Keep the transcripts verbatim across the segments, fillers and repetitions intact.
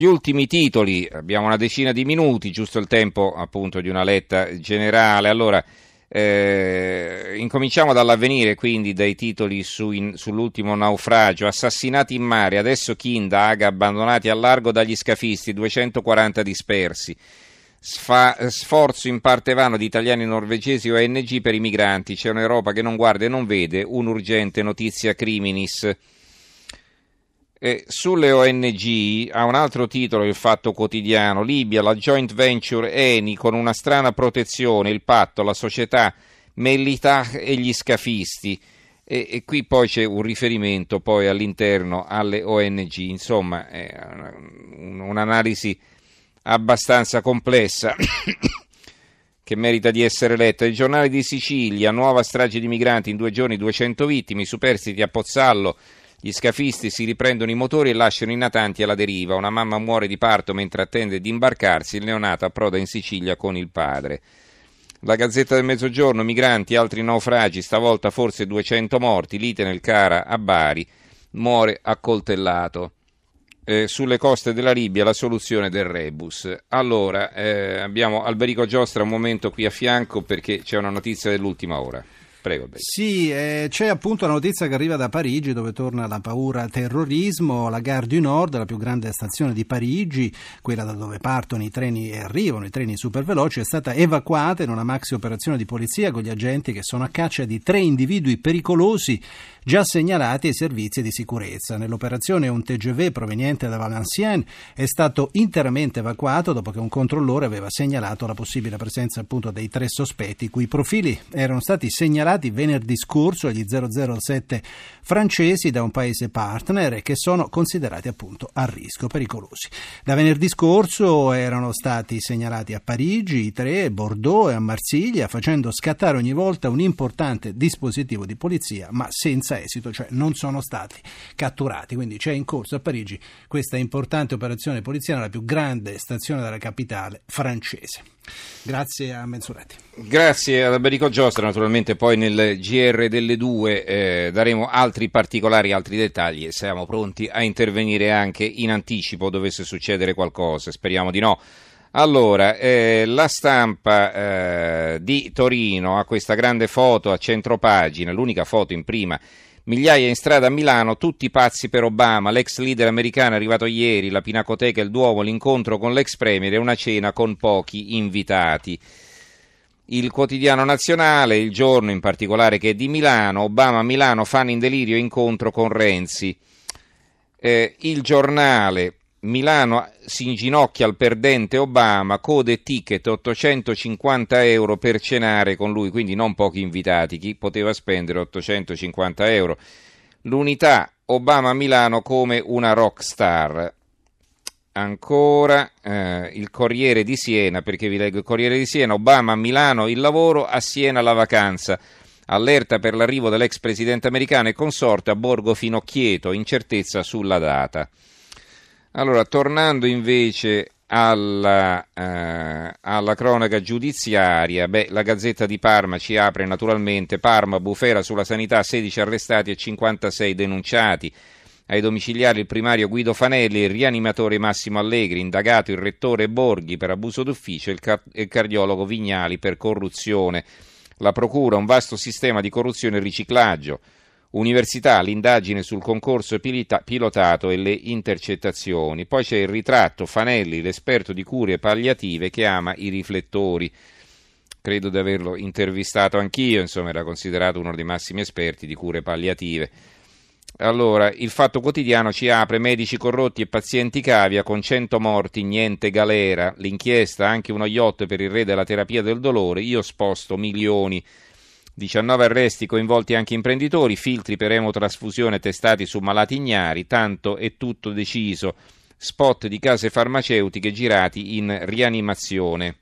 Gli ultimi titoli, abbiamo una decina di minuti, giusto il tempo appunto di una letta generale. Allora, eh, incominciamo dall'Avvenire, quindi dai titoli su in, sull'ultimo naufragio. Assassinati in mare, adesso Kinda, Aga abbandonati al largo dagli scafisti, duecentoquaranta dispersi. Sfa, sforzo in parte vano di italiani, norvegesi e O N G per i migranti. C'è un'Europa che non guarda e non vede, un'urgente notizia criminis. Eh, sulle O N G ha un altro titolo il Fatto Quotidiano: Libia, la joint venture Eni con una strana protezione, il patto, la società Mellitah e gli scafisti, e, e qui poi c'è un riferimento poi all'interno alle O N G, insomma è un'analisi abbastanza complessa che merita di essere letta. Il Giornale di Sicilia: nuova strage di migranti, in due giorni duecento vittime, i superstiti a Pozzallo. Gli scafisti si riprendono i motori e lasciano i natanti alla deriva. Una mamma muore di parto mentre attende di imbarcarsi. Il neonato approda in Sicilia con il padre. La Gazzetta del Mezzogiorno: migranti, altri naufragi, stavolta forse duecento morti. Lite nel Cara a Bari, muore accoltellato. Eh, sulle coste della Libia la soluzione del rebus. Allora, eh, abbiamo Alberico Giostra un momento qui a fianco perché c'è una notizia dell'ultima ora. Prego, sì, eh, c'è appunto una notizia che arriva da Parigi, dove torna la paura terrorismo. La Gare du Nord, la più grande stazione di Parigi, quella da dove partono i treni e arrivano i treni superveloci, è stata evacuata in una maxi operazione di polizia con gli agenti che sono a caccia di tre individui pericolosi già segnalati ai servizi di sicurezza. Nell'operazione un T G V proveniente da Valenciennes è stato interamente evacuato dopo che un controllore aveva segnalato la possibile presenza appunto dei tre sospetti, i cui profili erano stati segnalati venerdì scorso agli zero zero sette francesi da un paese partner e che sono considerati appunto a rischio, pericolosi. Da venerdì scorso erano stati segnalati a Parigi i tre, a Bordeaux e a Marsiglia, facendo scattare ogni volta un importante dispositivo di polizia, ma senza esito, cioè non sono stati catturati. Quindi c'è in corso a Parigi questa importante operazione poliziale nella più grande stazione della capitale francese. Grazie a Mensuretti. Grazie ad Alberico Giostra. Naturalmente poi nel G R delle due eh, daremo altri particolari, altri dettagli e siamo pronti a intervenire anche in anticipo dovesse succedere qualcosa, speriamo di no. Allora, eh, la Stampa eh, di Torino ha questa grande foto a centropagina, l'unica foto in prima: migliaia in strada a Milano, tutti pazzi per Obama, l'ex leader americano è arrivato ieri, la Pinacoteca, il Duomo, l'incontro con l'ex premier e una cena con pochi invitati. Il Quotidiano Nazionale, Il Giorno in particolare, che è di Milano: Obama a Milano, fan in delirio, incontro con Renzi. Eh, il Giornale: Milano si inginocchia al perdente Obama, code e ticket, ottocentocinquanta euro per cenare con lui, quindi non pochi invitati, chi poteva spendere ottocentocinquanta euro. L'Unità: Obama a Milano come una rock star. Ancora eh, il Corriere di Siena, perché vi leggo il Corriere di Siena: Obama a Milano il lavoro, a Siena la vacanza. Allerta per l'arrivo dell'ex presidente americano e consorte a Borgo Finocchieto, incertezza sulla data. Allora, tornando invece alla, eh, alla cronaca giudiziaria, beh, la Gazzetta di Parma ci apre naturalmente: Parma, bufera sulla sanità, sedici arrestati e cinquantasei denunciati. Ai domiciliari il primario Guido Fanelli, il rianimatore Massimo Allegri, indagato il rettore Borghi per abuso d'ufficio e il, car- il cardiologo Vignali per corruzione. La procura: un vasto sistema di corruzione e riciclaggio. Università: l'indagine sul concorso pilotato e le intercettazioni. Poi c'è il ritratto: Fanelli, l'esperto di cure palliative che ama i riflettori. Credo di averlo intervistato anch'io, insomma era considerato uno dei massimi esperti di cure palliative. Allora, il Fatto Quotidiano ci apre: medici corrotti e pazienti cavia, con cento morti, niente galera. L'inchiesta: anche uno yacht per il re della terapia del dolore, io sposto milioni. diciannove arresti, coinvolti anche imprenditori, filtri per emotrasfusione testati su malati ignari, tanto è tutto deciso, spot di case farmaceutiche girati in rianimazione.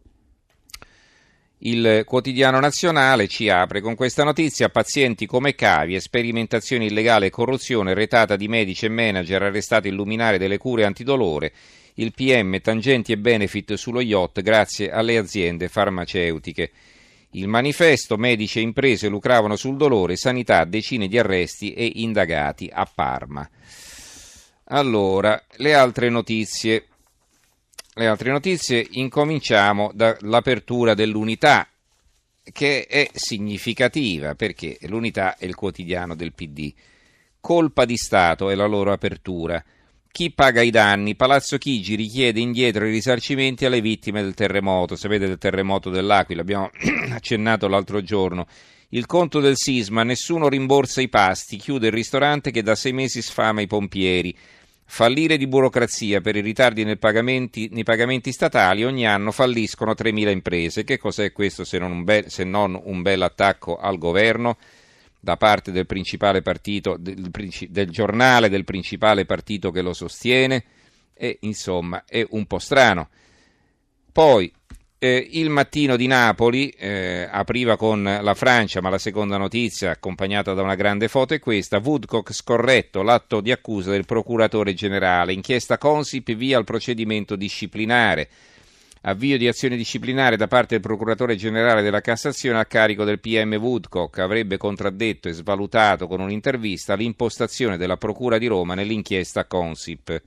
Il Quotidiano Nazionale ci apre con questa notizia: pazienti come cavi, sperimentazione illegale e corruzione, retata di medici e manager, arrestati il luminare delle cure antidolore, il P M, tangenti e benefit sullo yacht grazie alle aziende farmaceutiche. Il Manifesto: medici e imprese lucravano sul dolore, sanità, decine di arresti e indagati a Parma. Allora, le altre notizie. Le altre notizie, incominciamo dall'apertura dell'Unità, che è significativa perché l'Unità è il quotidiano del P D. Colpa di Stato è la loro apertura. Chi paga i danni? Palazzo Chigi richiede indietro i risarcimenti alle vittime del terremoto. Sapete, del terremoto dell'Aquila, abbiamo accennato l'altro giorno. Il conto del sisma, nessuno rimborsa i pasti, chiude il ristorante che da sei mesi sfama i pompieri. Fallire di burocrazia per i ritardi nei pagamenti, nei pagamenti statali, ogni anno falliscono tremila imprese. Che cos'è questo se non un bel, se non un bel attacco al governo da parte del principale partito, del, del giornale del principale partito che lo sostiene? E insomma è un po' strano. Poi eh, il Mattino di Napoli eh, apriva con la Francia, ma la seconda notizia accompagnata da una grande foto è questa: Woodcock scorretto l'atto di accusa del procuratore generale, inchiesta Consip, via al procedimento disciplinare, avvio di azione disciplinare da parte del procuratore generale della Cassazione a carico del P M Woodcock, avrebbe contraddetto e svalutato con un'intervista l'impostazione della Procura di Roma nell'inchiesta Consip.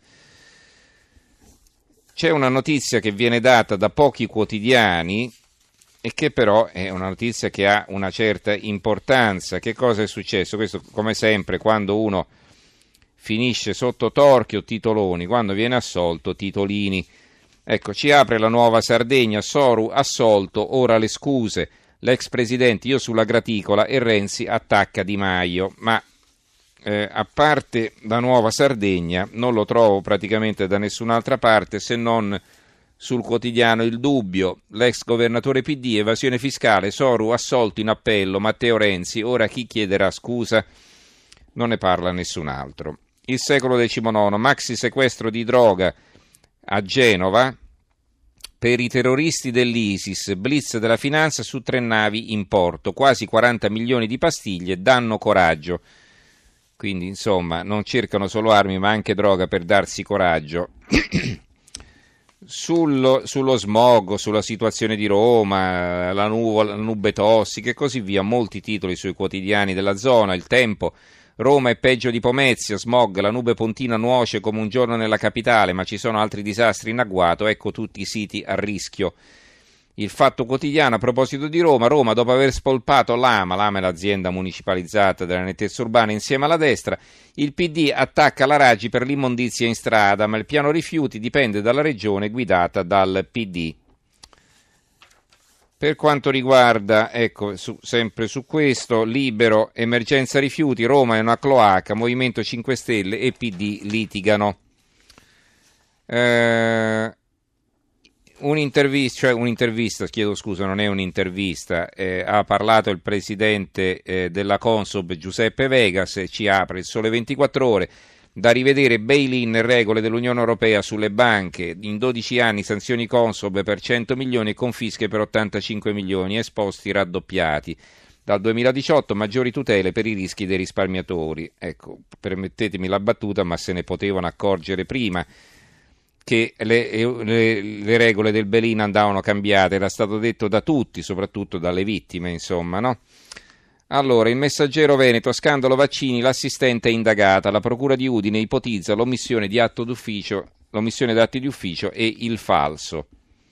C'è una notizia che viene data da pochi quotidiani e che però è una notizia che ha una certa importanza. Che cosa è successo? Questo, come sempre, quando uno finisce sotto torchio, titoloni, quando viene assolto, titolini. Ecco, ci apre la Nuova Sardegna, Soru assolto, ora le scuse, l'ex presidente io sulla graticola e Renzi attacca Di Maio, ma Eh, a parte la Nuova Sardegna non lo trovo praticamente da nessun'altra parte se non sul quotidiano Il Dubbio. L'ex governatore P D, evasione fiscale, Soru assolto in appello, Matteo Renzi, ora chi chiederà scusa? Non ne parla nessun altro. Il Secolo diciannove, maxi sequestro di droga a Genova per i terroristi dell'ISIS, blitz della finanza su tre navi in porto, quasi quaranta milioni di pastiglie, danno coraggio. Quindi, insomma, non cercano solo armi, ma anche droga per darsi coraggio. Sullo, sullo smog, sulla situazione di Roma, la, nuvola, la nube tossica e così via, molti titoli sui quotidiani della zona. Il Tempo, Roma è peggio di Pomezia, smog, la nube pontina nuoce come un giorno nella capitale, ma ci sono altri disastri in agguato, ecco tutti i siti a rischio. Il Fatto Quotidiano, a proposito di Roma, Roma dopo aver spolpato l'Ama, l'Ama è l'azienda municipalizzata della nettezza urbana insieme alla destra, il P D attacca la Raggi per l'immondizia in strada, ma il piano rifiuti dipende dalla regione guidata dal P D. Per quanto riguarda, ecco, su, sempre su questo, Libero, emergenza rifiuti, Roma è una cloaca, Movimento cinque Stelle e P D litigano. Eh... Un'intervista, cioè un'intervista, chiedo scusa, non è un'intervista, eh, ha parlato il presidente eh, della Consob Giuseppe Vegas e ci apre il Sole ventiquattro Ore, da rivedere bail-in e regole dell'Unione Europea sulle banche, in dodici anni sanzioni Consob per cento milioni e confische per ottantacinque milioni, esposti raddoppiati. Dal duemiladiciotto maggiori tutele per i rischi dei risparmiatori. Ecco, permettetemi la battuta, ma se ne potevano accorgere prima che le, le, le regole del bail-in andavano cambiate, era stato detto da tutti, soprattutto dalle vittime, insomma, no? Allora, il Messaggero Veneto, scandalo vaccini, l'assistente è indagata, la procura di Udine ipotizza l'omissione di atto d'ufficio, l'omissione d'atti di ufficio e il falso.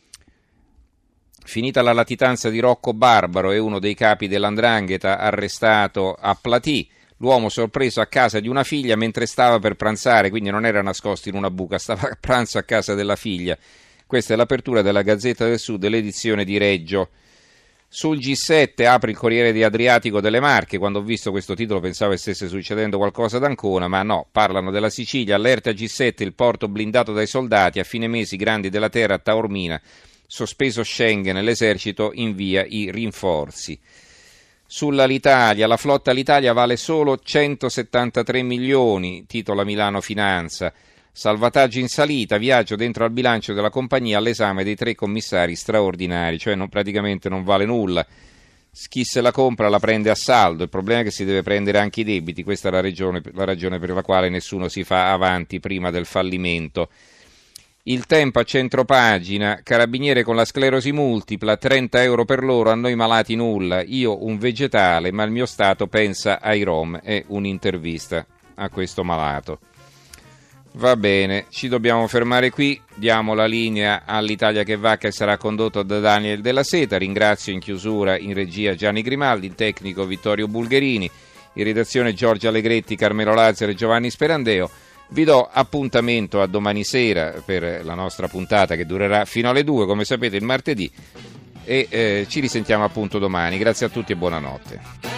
Finita la latitanza di Rocco Barbaro, è uno dei capi dell'Andrangheta arrestato a Platì. L'uomo sorpreso a casa di una figlia mentre stava per pranzare, quindi non era nascosto in una buca, stava a pranzo a casa della figlia. Questa è l'apertura della Gazzetta del Sud, l'edizione di Reggio. Sul G sette apre il Corriere di Adriatico delle Marche. Quando ho visto questo titolo pensavo che stesse succedendo qualcosa ad Ancona, ma no, parlano della Sicilia. Allerta G sette, il porto blindato dai soldati, a fine mese i grandi della terra a Taormina, sospeso Schengen, l'esercito invia i rinforzi. Sull'Alitalia, la flotta Alitalia vale solo centosettantatré milioni, titola Milano Finanza. Salvataggio in salita, viaggio dentro al bilancio della compagnia all'esame dei tre commissari straordinari, cioè non, praticamente non vale nulla. Chi se la compra la prende a saldo, il problema è che si deve prendere anche i debiti, questa è la ragione, la ragione per la quale nessuno si fa avanti prima del fallimento. Il Tempo a centropagina, carabiniere con la sclerosi multipla, trenta euro per loro, a noi malati nulla, io un vegetale, ma il mio Stato pensa ai Rom, è un'intervista a questo malato. Va bene, ci dobbiamo fermare qui, diamo la linea all'Italia che va, che sarà condotto da Daniel Della Seta. Ringrazio in chiusura in regia Gianni Grimaldi, il tecnico Vittorio Bulgherini, in redazione Giorgio Allegretti, Carmelo Lazzaro e Giovanni Sperandeo. Vi do appuntamento a domani sera per la nostra puntata che durerà fino alle due, come sapete il martedì, e eh, ci risentiamo appunto domani. Grazie a tutti e buonanotte.